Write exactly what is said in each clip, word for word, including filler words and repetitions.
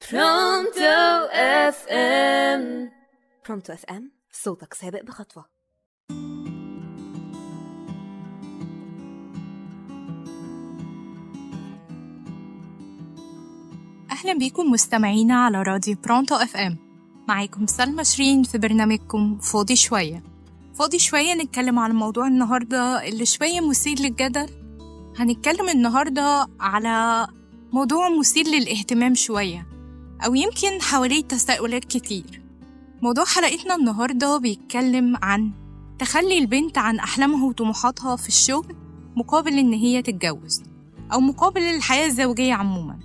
برونتو اف ام. برونتو اف ام، صوتك سابق بخطوة. أهلا بيكم مستمعينا على راديو برونتو اف ام. معاكم سلمى شيرين في برنامجكم فاضي شوية. فاضي شوية نتكلم على موضوع النهاردة اللي شوية مثير للجدل. هنتكلم النهاردة على موضوع مثير للاهتمام شوية، أو يمكن حواليه تساؤلات كتير. موضوع حلقتنا النهاردة بيتكلم عن تخلي البنت عن أحلامها وطموحاتها في الشغل مقابل إن هي تتجوز، أو مقابل الحياة الزوجية عموما.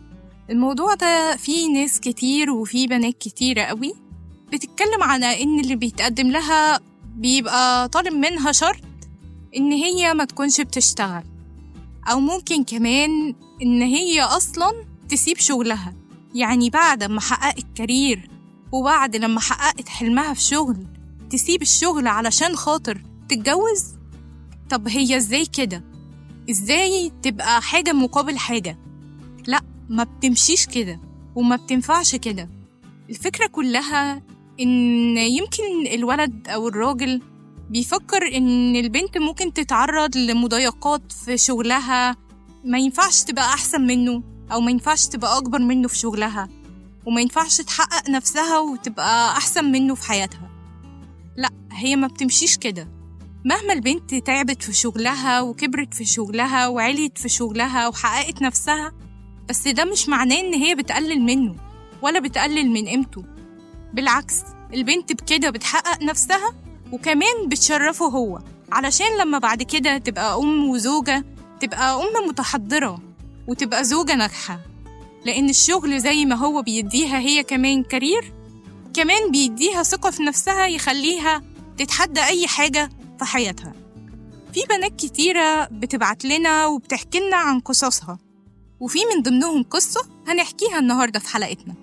الموضوع ده فيه ناس كتير وفيه بنات كتيرة قوي بتتكلم عن إن اللي بيتقدم لها بيبقى طالب منها شرط إن هي ما تكونش بتشتغل، أو ممكن كمان إن هي أصلا تسيب شغلها. يعني بعد ما حققت كارير وبعد لما حققت حلمها في شغل تسيب الشغل علشان خاطر تتجوز. طب هي إزاي كده؟ إزاي تبقى حاجة مقابل حاجة؟ لأ، ما بتمشيش كده وما بتنفعش كده. الفكرة كلها إن يمكن الولد أو الراجل بيفكر إن البنت ممكن تتعرض لمضايقات في شغلها، ما ينفعش تبقى أحسن منه، أو ما ينفعش تبقى أكبر منه في شغلها، وما ينفعش تحقق نفسها وتبقى أحسن منه في حياتها. لأ، هي ما بتمشيش كده. مهما البنت تعبت في شغلها وكبرت في شغلها وعليت في شغلها وحققت نفسها، بس ده مش معناه إن هي بتقلل منه ولا بتقلل من قيمته. بالعكس، البنت بكده بتحقق نفسها وكمان بتشرفه هو، علشان لما بعد كده تبقى أم وزوجة تبقى أم متحضرة وتبقى زوجة ناجحة. لأن الشغل زي ما هو بيديها هي كمان كارير، كمان بيديها ثقة في نفسها يخليها تتحدى أي حاجة في حياتها. في بنات كتيرة بتبعت لنا وبتحكي لنا عن قصصها، وفي من ضمنهم قصة هنحكيها النهاردة في حلقتنا.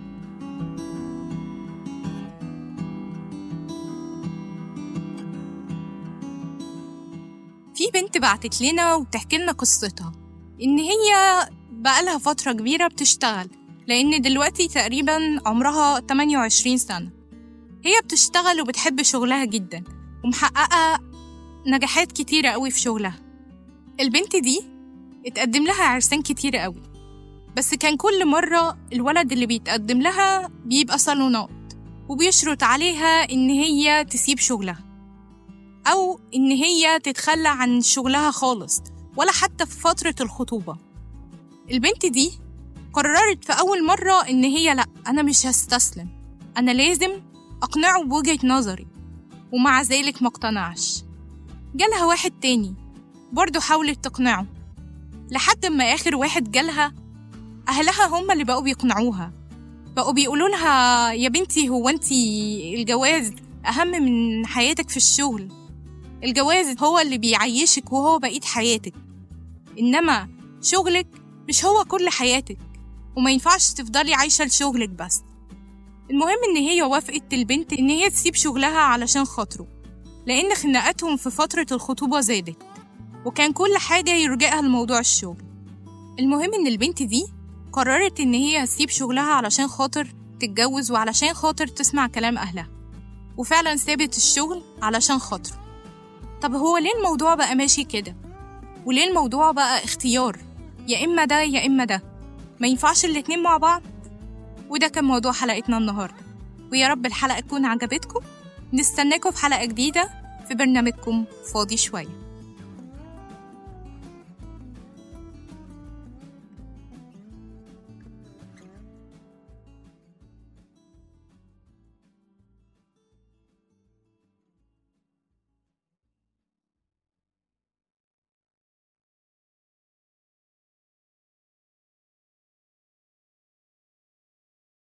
في بنت بعتت لنا وبتحكي لنا قصتها إن هي بقالها فترة كبيرة بتشتغل، لأن دلوقتي تقريبا عمرها ثمانية وعشرين سنة. هي بتشتغل وبتحب شغلها جدا ومحققة نجاحات كتيرة قوي في شغلها. البنت دي اتقدم لها عرسان كتيرة قوي، بس كان كل مرة الولد اللي بيتقدم لها بيبقى صالونات وبيشرط عليها إن هي تسيب شغلها، أو إن هي تتخلى عن شغلها خالص، ولا حتى في فترة الخطوبة. البنت دي قررت في أول مرة إن هي لأ، أنا مش هستسلم، أنا لازم أقنعه بوجهة نظري، ومع ذلك ما اقتنعش. جالها واحد تاني برضو حاولت تقنعه، لحد ما آخر واحد جالها أهلها هم اللي بقوا بيقنعوها، بقوا بيقولوا لها يا بنتي هو أنتي الجواز أهم من حياتك في الشغل، الجواز هو اللي بيعيشك وهو بقية حياتك، إنما شغلك مش هو كل حياتك، وما ينفعش تفضلي عايشة لشغلك بس. المهم إن هي وافقت البنت إن هي تسيب شغلها علشان خاطره، لأن خناقاتهم في فترة الخطوبة زادت وكان كل حاجة يرجعها لموضوع الشغل. المهم إن البنت دي قررت إن هي تسيب شغلها علشان خاطر تتجوز وعلشان خاطر تسمع كلام أهلها، وفعلا سابت الشغل علشان خاطره. طب هو ليه الموضوع بقى ماشي كده؟ وليه الموضوع بقى اختيار يا إما ده يا إما ده؟ ما ينفعش الاتنين مع بعض؟ وده كان موضوع حلقتنا النهاردة، ويا رب الحلقة تكون عجبتكم. نستناكم في حلقة جديدة في برنامجكم فاضي شوية.